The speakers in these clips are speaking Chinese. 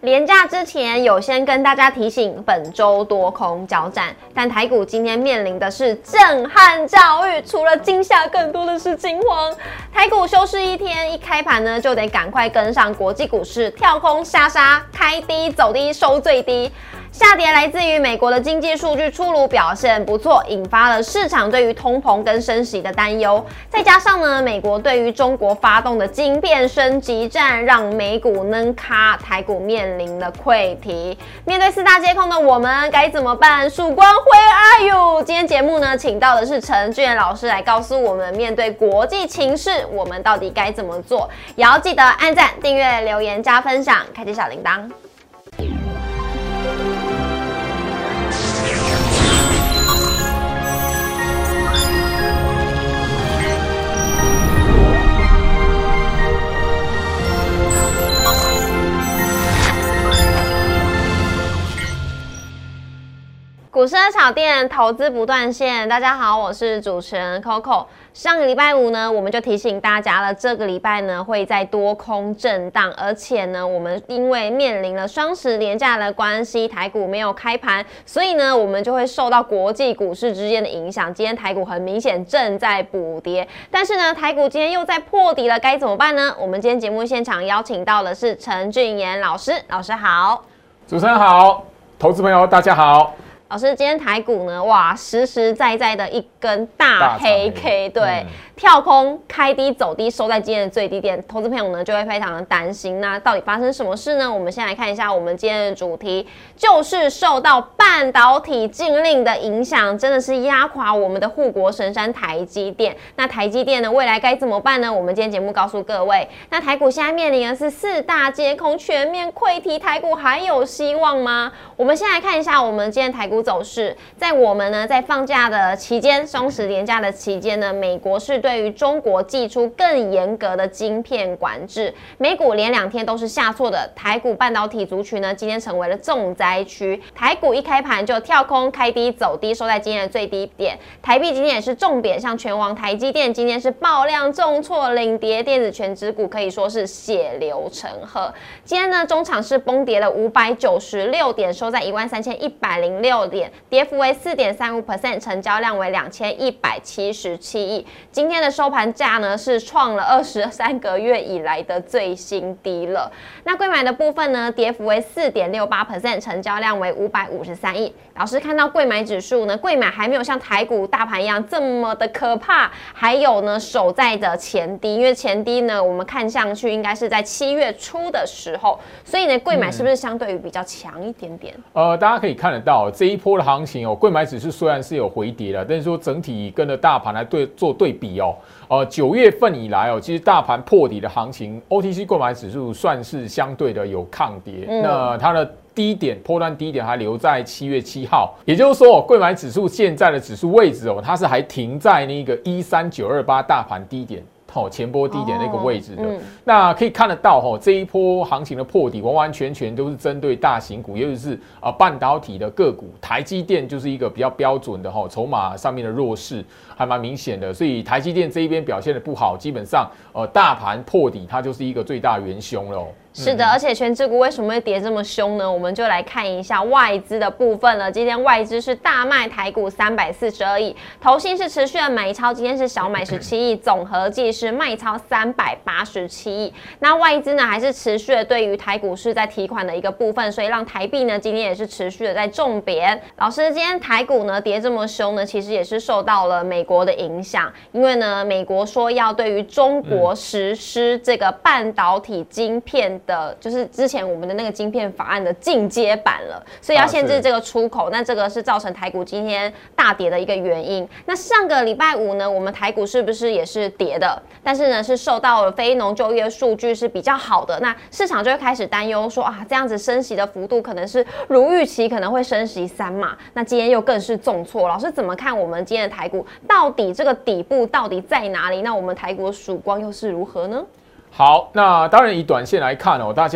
连假之前有先跟大家提醒本周多空交战，但台股今天面临的是震撼教育，除了惊吓，更多的是惊慌。台股休市一天，一开盘呢就得赶快跟上国际股市，跳空下杀，开低走低收最低。下跌来自于美国的经济数据出炉，表现不错，引发了市场对于通膨跟升息的担忧。再加上呢，美国对于中国发动的晶片升级战，让美股能卡，台股面临了溃堤。面对四大皆空的我们，该怎么办？曙光 Where are you？ 今天节目呢，请到的是陈俊彦老师来告诉我们，面对国际情势，我们到底该怎么做？也要记得按赞、订阅、留言、加分享，开启小铃铛。股市的炒店，投资不断线。大家好，我是主持人 Coco。上个礼拜五呢，我们就提醒大家了，这个礼拜呢会在多空震荡，而且呢，我们因为面临了双十连假的关系，台股没有开盘，所以呢，我们就会受到国际股市之间的影响。今天台股很明显正在补跌，但是呢，台股今天又在破底了，该怎么办呢？我们今天节目现场邀请到的是陈俊彦老师，老师好， 主持人好，投资朋友大家好。 老师，今天台股呢，哇，实实在在的一根大黑 K， 对，跳空开低走低，收在今天的最低点，投资朋友呢就会非常的担心。那到底发生什么事呢？我们先来看一下我们今天的主题，就是受到半导体禁令的影响，真的是压垮我们的护国神山台积电。那台积电呢，未来该怎么办呢？我们今天节目告诉各位。那台股现在面临的是四大皆空，全面溃堤，台股还有希望吗？我们先来看一下我们今天台股走势。在我们呢在放假的期间，双十连假的期间呢，美国是对于中国祭出更严格的晶片管制，美股连2天都是下挫的，台股半导体族群呢今天成为了重灾区，台股一开盘就跳空开低走低，收在今天的最低点，台币今天也是重贬，像全网台积电今天是爆量重挫领跌，电子权值股可以说是血流成河。今天呢中场是崩跌了596点，收在13106点，跌幅为4.35%，成交量为2177亿。今天的收盘价呢是创了23个月以来的最新低了。那柜买的部分呢，跌幅为4.68%，成交量为553亿。老师看到柜买指数呢，柜买还没有像台股大盘一样这么的可怕，还有呢守在的前低，因为前低呢我们看上去应该是在7月初的时候，所以呢柜买是不是相对于比较强一点点？ 大家可以看得到这一波的行情哦，柜买指数虽然是有回跌了，但是说整体跟着大盘来做对比哦，9月份以来哦，其实大盘破底的行情 ，OTC 柜买指数算是相对的有抗跌，那它的低点波段低点还留在7月7号，也就是说，柜买指数现在的指数位置哦，它是还停在那个13928大盘低点。前波低点那个位置的，那可以看得到这一波行情的破底，完完全全都是针对大型股，尤其是半导体的个股，台积电就是一个比较标准的筹码上面的弱势，还蛮明显的。所以台积电这一边表现的不好，基本上大盘破底，它就是一个最大元凶了。 是的，而且权值股为什么会跌这么凶呢？我们就来看一下外资的部分了。今天外资是大卖台股342亿，投信是持续的买超，今天是小买17亿，总合计是卖超387亿。那外资呢还是持续的对于台股是在提款的一个部分，所以让台币呢今天也是持续的在重贬。老师，今天台股呢跌这么凶呢，其实也是受到了美国的影响，因为呢美国说要对于中国实施这个半导体晶片的，就是之前我们的那个晶片法案的进阶版了，所以要限制这个出口。那这个是造成台股今天大跌的一个原因。那上个礼拜五呢，我们台股是不是也是跌的？但是呢，是受到了非农就业数据是比较好的，那市场就会开始担忧说啊，这样子升息的幅度可能是如预期，可能会升息3码。那今天又更是重挫。老师怎么看我们今天的台股？到底这个底部到底在哪里？那我们台股的曙光又是如何呢？ 好，那当然以短线来看哦，大家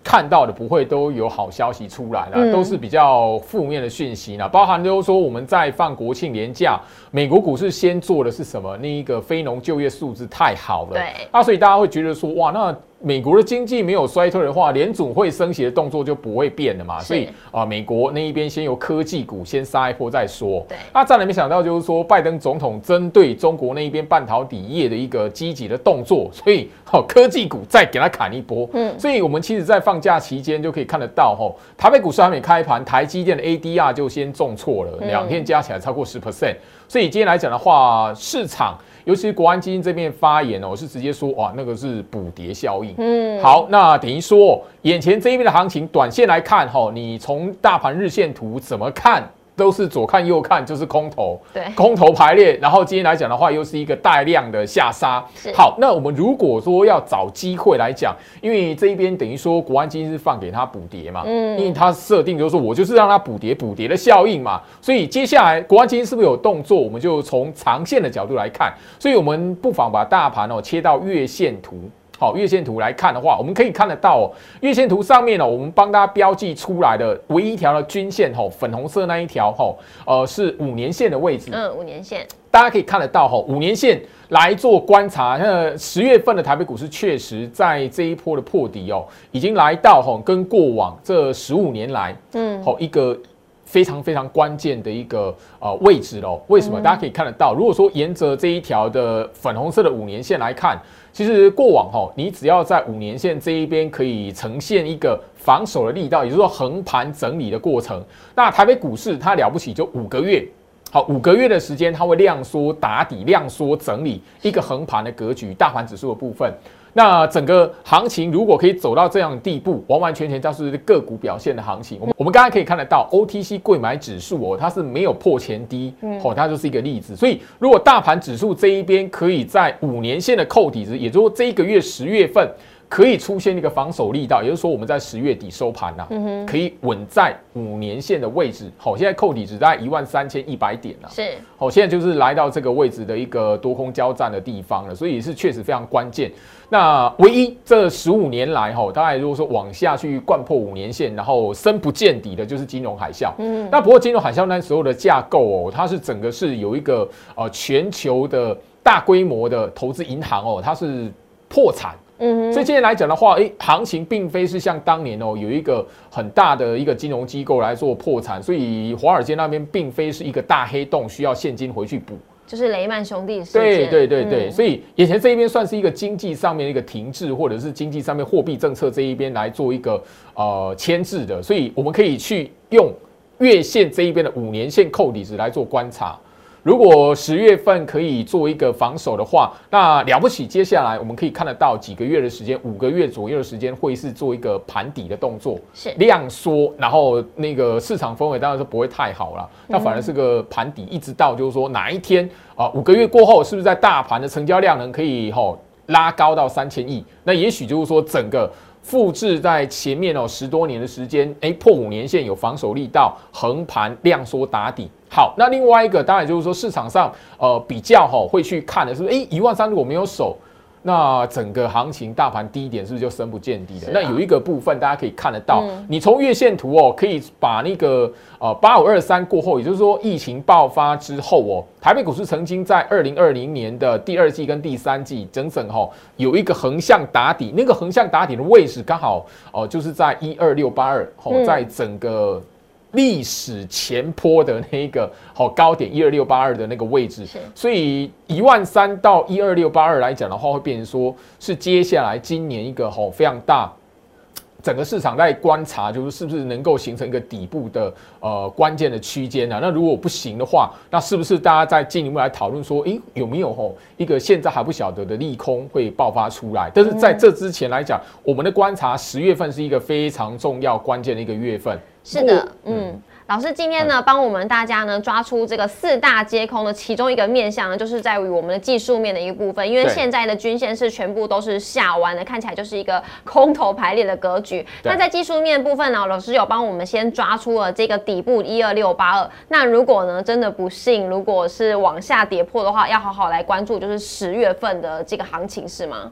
看到的不会都有好消息出来了，都是比较负面的讯息啦。包含就是说我们在放国庆连假，美国股市先做的是什么？那一个非农就业数字太好了， 对， 所以大家会觉得说，哇，那美国的经济没有衰退的话，联准会升息的动作就不会变了嘛。所以美国那一边先由科技股先杀一波再说。 对， 再来没想到就是说，拜登总统针对中国那一边半导体业的一个积极的动作，所以科技股再给它砍一波。所以我们其实在放假期间就可以看得到，台北股市还没开盘，台积电的 ADR 就先重挫了，2天加起来超过10%。所以今天来讲的话，市场尤其是国安基金这边发言是直接说，哇，那个是补跌效应。好，那等于说，眼前这一边的行情，短线来看，你从大盘日线图怎么看？都是左看右看就是空头， 对， 空头排列。然后今天来讲的话，又是一个带量的下杀。好，那我们如果说要找机会来讲，因为这一边等于说国安基金是放给他补跌嘛，因为它设定就是说我就是让它补跌的效应嘛，所以接下来国安基金是不是有动作，我们就从长线的角度来看。所以我们不妨把大盘切到月线图。好，月线图来看的话，我们可以看得到月线图上面我们帮大家标记出来的唯一一条的均线粉红色那一条是5年线的位置。 5年线， 大家可以看得到5年线来做观察。10月份的台北股市确实在这一波的破底已经来到跟过往这15年来一个非常非常关键的一个位置咯。为什么？大家可以看得到，如果说沿着这一条的粉红色的5年线来看，其实过往你只要在5年线这一边可以呈现一个防守的力道，也就是说横盘整理的过程。那台北股市它了不起就5个月，好，5个月的时间它会量缩打底、量缩整理一个横盘的格局，大盘指数的部分。那整个行情如果可以走到这样的地步，完完全全就是个股表现的行情。我们刚才可以看得到 OTC 柜买指数它是没有破前低，它就是一个例子。所以如果大盘指数这一边可以在5年线的扣底值，也就是说这一个月10月份可以出现一个防守力道，也就是说我们在10月底收盘可以稳在5年线的位置。好，现在扣底值大概13100点是， 好，现在就是来到这个位置的一个多空交战的地方了，所以是确实非常关键。那唯一这15年来大概如果说往下去灌破5年线，然后深不见底的就是金融海啸。那不过金融海啸那时候的架构它是整个是有一个全球的大规模的投资银行它是破产。所以今天来讲的话，行情并非是像当年有一个很大的一个金融机构来做破产，所以华尔街那边并非是一个大黑洞需要现金回去补。 就是雷曼兄弟事件。 对，所以眼前这一边算是一个经济上面的一个停滞，或者是经济上面货币政策这一边来做一个牵制的，所以我们可以去用月线这一边的5年线扣底值来做观察。如果10月份可以做一个防守的话，那了不起。接下来我们可以看得到几个月的时间，5个月左右的时间会是做一个盘底的动作， 是量缩，然后那个市场氛围当然是不会太好了，那反而是个盘底，一直到就是说哪一天5个月过后，是不是在大盘的成交量能可以拉高到3000亿？那也许就是说整个复制在前面10多年的时间，破5年线有防守力道，横盘量缩打底。好，那另外一个当然就是说市场上比较会去看的是13000如果没有守，那整个行情大盘低点是不是就深不见底了？那有一个部分大家可以看得到，你从月线图可以把那个8523过后，也就是说疫情爆发之后台北股市曾经在2020年的第2季跟第3季整有一个横向打底，那个横向打底的位置刚好就是在12682在整个历史前波的那个高点12682的那个位置，所以13000到12682来讲的话，会变成说是接下来今年一个非常大，整个市场在观察，就是是不是能够形成一个底部的关键的区间啊？那如果不行的话，那是不是大家再进一步来讨论说，有没有一个现在还不晓得的利空会爆发出来？但是在这之前来讲，我们的观察10月份是一个非常重要关键的一个月份。 是的，老师今天呢，帮我们大家呢抓出这个4大接空的其中一个面向呢，就是在于我们的技术面的一个部分，因为现在的均线是全部都是下弯的，看起来就是一个空头排列的格局。那在技术面部分呢，老师有帮我们先抓出了这个底部12682。那如果呢真的不幸，如果是往下跌破的话，要好好来关注就是10月份的这个行情，是吗？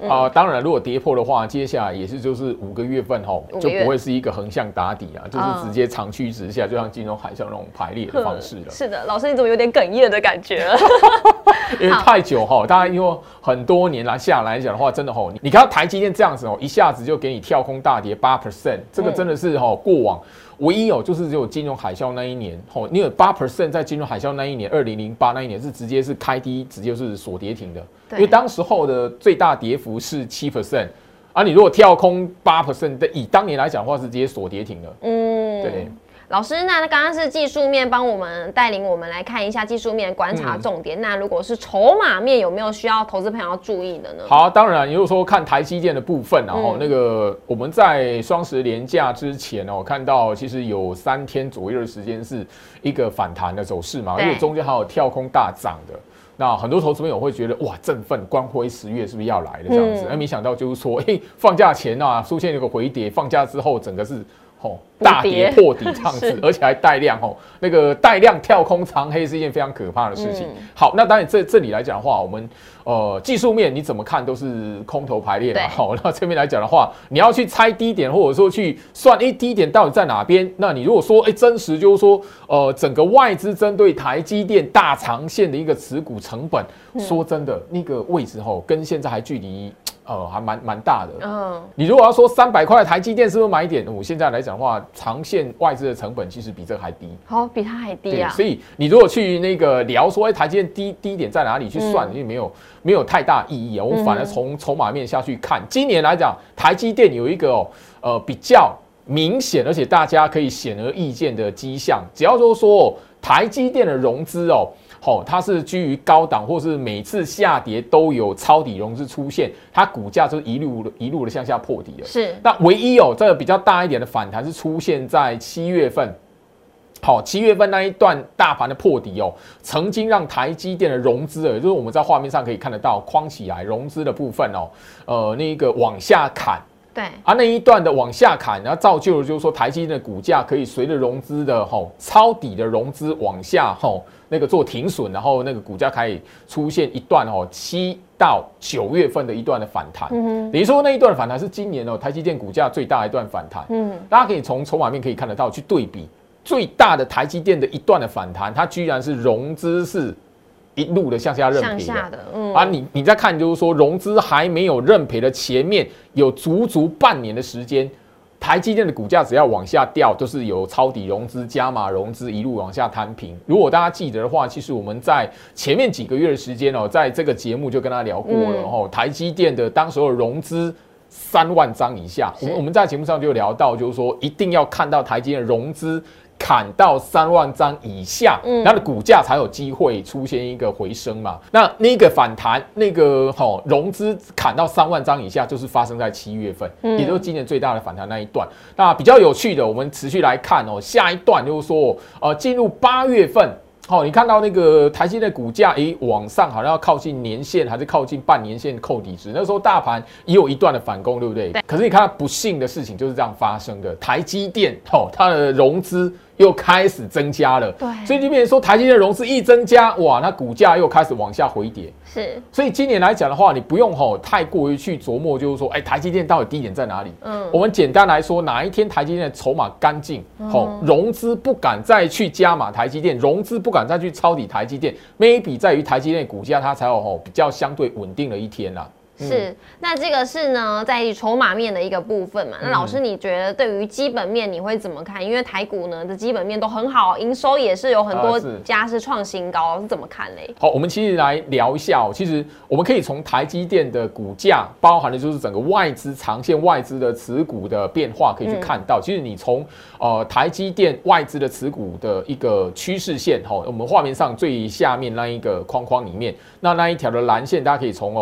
当然如果跌破的话，接下来也是就是5个月份就不会是一个横向打底啊，就是直接长驱直下，就像金融海啸那种排列的方式了。 是的，老师你怎么有点哽咽的感觉了？ 因为太久大家因为很多年来下来讲的话，真的你看到台积电这样子一下子就给你跳空大跌8%，这个真的是过往唯一就是只有金融海啸那一年你有8%在金融海啸那一年2008那一年是直接是开低，直接是锁跌停的，因为当时候的最大跌幅是7%。你如果跳空8%，以当年来讲的话是直接锁跌停了。对。 老师，那刚刚是技术面帮我们带领我们来看一下技术面观察重点。那如果是筹码面，有没有需要投资朋友要注意的呢？ 好，当然，如果说看台积电的部分，然后那个我们在双十连假之前看到其实有3天左右的时间是一个反弹的走势嘛，而且中间还有跳空大涨的。那很多投资朋友会觉得哇振奋，光辉10月是不是要来了这样子？没想到就是说，放假前出现一个回跌，放假之后整个是。大跌破底这样子，而且还带量那个带量跳空长黑是一件非常可怕的事情。好，那当然这里来讲的话，我们技术面你怎么看都是空头排列嘛。好，那这边来讲的话，你要去猜低点，或者说去算低点到底在哪边。那你如果说真实就是说整个外资针对台积电大长线的一个持股成本，说真的那个位置跟现在还距离。还蛮大的。你如果要说300块台积电是不是买点？我现在来讲的话，长线外资的成本其实比这个还低。 比它还低啊。 所以你如果去那个聊说，台积电低点在哪里去算，因为没有太大意义啊。我们反而从筹码面下去看，今年来讲，台积电有一个比较明显，而且大家可以显而易见的迹象，只要说台积电的融资它是居于高档，或是每次下跌都有抄底融资出现，它股价就是一路的向下破底了。 是， 那唯一这个比较大一点的反弹是出现在7月份。7月份那一段大盘的破底曾经让台积电的融资就是我们在画面上可以看得到框起来融资的部分那个往下砍。 对那一段的往下砍，然后造就了就是说台积电的股价可以随着融资的抄底的融资往下那个做停损，然后那个股价可以出现一段7到9月份的一段的反弹。等于说那一段的反弹是今年台积电股价最大的一段反弹。大家可以从筹码面可以看得到去对比最大的台积电的一段的反弹，它居然是融资是一路的向下认赔的。你再看就是说融资还没有认赔的前面有足半年的时间，台积电的股价只要往下掉，都是有抄底融资、加码融资一路往下摊平。如果大家记得的话，其实我们在前面几个月的时间在这个节目就跟大家聊过了台积电的当时候融资3万张以下，我们在节目上就聊到，就是说一定要看到台积电的融资砍到3万张以下，它的股价才有机会出现一个回升嘛。那个反弹，那个融资砍到3万张以下，就是发生在7月份，也就是今年最大的反弹那一段。那比较有趣的，我们持续来看下一段就是说，进入8月份。你看到那个台积电的股价，往上好像要靠近年线，还是靠近半年线扣底值？那时候大盘也有一段的反攻，对不对？可是你看，不幸的事情就是这样发生的。台积电，它的融资又开始增加了， 对， 所以就变成说台积电的融资一增加，哇，那股价又开始往下回跌。 是， 所以今年来讲的话，你不用太过于去琢磨，就是说，台积电到底低点在哪里？我们简单来说，哪一天台积电的筹码干净，融资不敢再去加码台积电，融资不敢再去抄底台积电 ，maybe 在于台积电的股价它才有比较相对稳定的一天啦。 是，那这个是呢，在筹码面的一个部分嘛。那老师，你觉得对于基本面你会怎么看？因为台股呢的基本面都很好，营收也是有很多家是创新高，是怎么看嘞？ 好，我们其实来聊一下其实我们可以从台积电的股价，包含的就是整个外资长线外资的持股的变化，可以去看到。其实你从台积电外资的持股的一个趋势线，我们画面上最下面那一个框框里面，那一条的蓝线，大家可以从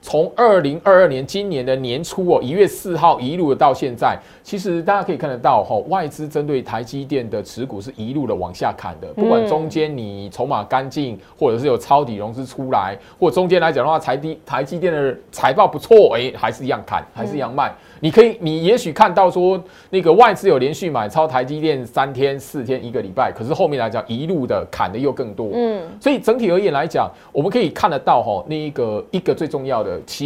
2022年今年的年初1月4号一路的到现在，其实大家可以看得到外资针对台积电的持股是一路的往下砍的，不管中间你筹码干净，或者是有抄底融资出来，或者中间来讲的话，台积电的财报不错，还是一样砍，还是一样卖。你也许看到说那个外资有连续买超台积电3天、4天、1个礼拜，可是后面来讲一路的砍的又更多。所以整体而言来讲，我们可以看得到那一个最重要的，其实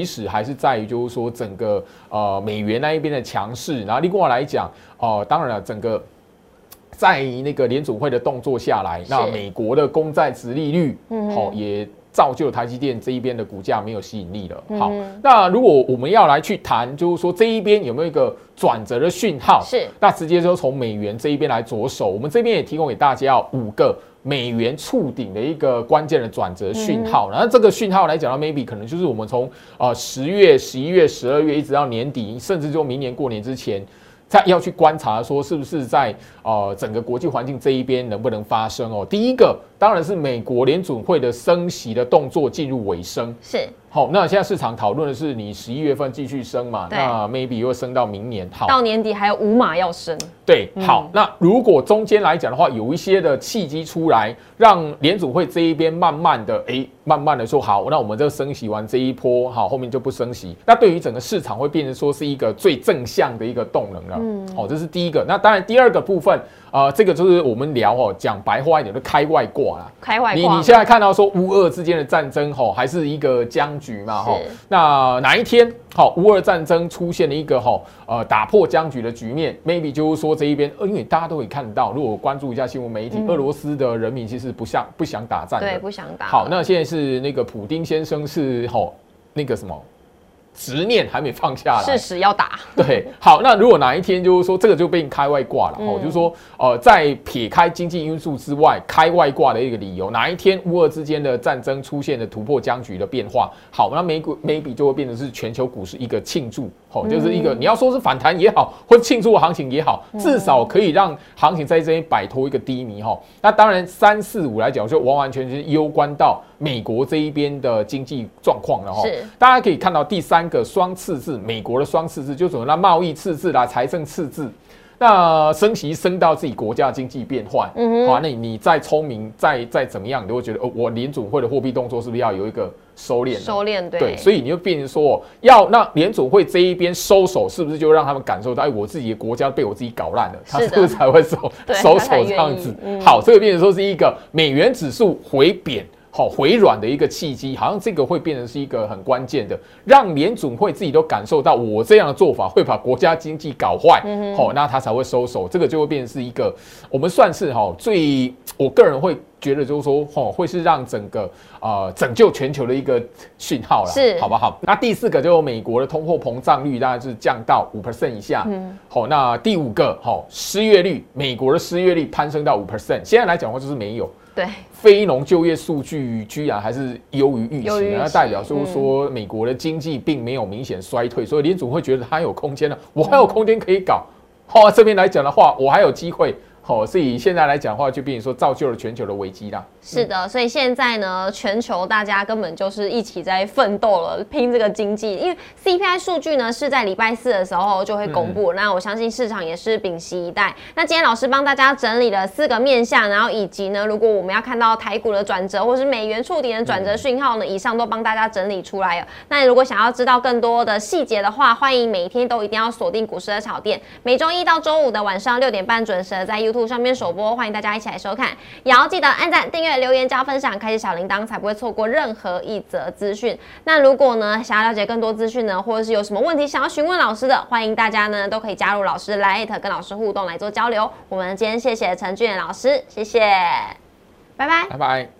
始还是在于就是说整个美元那一边的强势，然后另外来讲，当然了，整个在那个联准会的动作下来，那美国的公债殖利率，也造就台积电这一边的股价没有吸引力了。好，那如果我们要来去谈，就是说这一边有没有一个转折的讯号？ 是， 那直接就从美元这一边来着手。我们这边也提供给大家5个美元触顶的一个关键的转折讯号。然后这个讯号来讲到 ，maybe 可能就是我们从10月、11月、12月一直到年底，甚至就明年过年之前。要去观察说是不是在整个国际环境这一边能不能发生哦。第一个当然是美国联准会的升息的动作进入尾声。 是。 好，那现在市场讨论的是你11月份继续升嘛？那 maybe 又升到明年。好， 到年底还有5码要升。 对，好，那如果中间来讲的话，有一些的契机出来，让联准会这一边慢慢的说好，那我们这升息完这一波，好，后面就不升息。那对于整个市场会变成说是一个最正向的一个动能了。好，这是第一个。那当然第二个部分，这个就是我们聊讲白话一点，就开外挂啦。 开外挂。 你现在看到说乌俄之间的战争，还是一个僵局嘛，那哪一天乌俄战争出现了一个打破僵局的局面 ，maybe 就是说这一边，因为大家都可以看到，如果关注一下新闻媒体，俄罗斯的人民其实不想打战的， 对，不想打。 好，那现在是那个普丁先生是那个什么。执念还没放下来， 事实要打。 对，好，那如果哪一天就是说这个就被开外挂了，就是说在撇开经济因素之外，开外挂的一个理由，哪一天乌俄之间的战争出现了突破僵局的变化，好，那maybe 就会变成是全球股市一个庆祝，就是一个你要说是反弹也好，或者庆祝的行情也好，至少可以让行情在这边摆脱一个低迷。那当然3、4、5来讲，就完完全全攸关到美国这一边的经济状况了。是，大家可以看到第3个双赤字，美国的双赤字就是那贸易赤字啦、财政赤字。那升息升到自己国家的经济变换，好，那你再聪明再怎么样，你都会觉得我联准会的货币动作是不是要有一个收敛？ 收敛， 对，所以你就变成说，要让联准会这一边收手，是不是就让他们感受到，我自己的国家被我自己搞烂了，他是不是才会收手这样子？好，这个变成说是一个美元指数回贬。回软的一个契机，好像这个会变成是一个很关键的，让联准会自己都感受到我这样的做法会把国家经济搞坏，那他才会收手，这个就会变成是一个我们算是最，我个人会觉得就是说会是让整个拯救全球的一个讯号啦，是好不好？那第4个就是美国的通货膨胀率大概是降到5% 以下，那第5个失业率，美国的失业率攀升到5%，现在来讲的话就是没有。对，非农就业数据居然还是优于预期，那代表就是说美国的经济并没有明显衰退，所以联准会觉得它有空间了，我还有空间可以搞。这边来讲的话，我还有机会。所以现在来讲的话，就变成说造就了全球的危机啦。 是的，所以现在呢，全球大家根本就是一起在奋斗了，拼这个经济。因为 CPI 数据呢是在礼拜4的时候就会公布，那我相信市场也是屏息以待。那今天老师帮大家整理了4个面向，然后以及呢，如果我们要看到台股的转折，或是美元触顶的转折讯号呢，以上都帮大家整理出来了。那如果想要知道更多的细节的话，欢迎每一天都一定要锁定股市的炒店，每周1到周5的晚上6点半准时的在 YouTube 上面首播，欢迎大家一起来收看，也要记得按赞、订阅、留言、加分享、开启小铃铛，才不会错过任何一则资讯。那如果呢想要了解更多资讯呢，或者是有什么问题想要询问老师的，欢迎大家呢都可以加入老师的 LINE 跟老师互动来做交流。我们今天谢谢陈俊老师，谢谢，拜拜， 拜拜。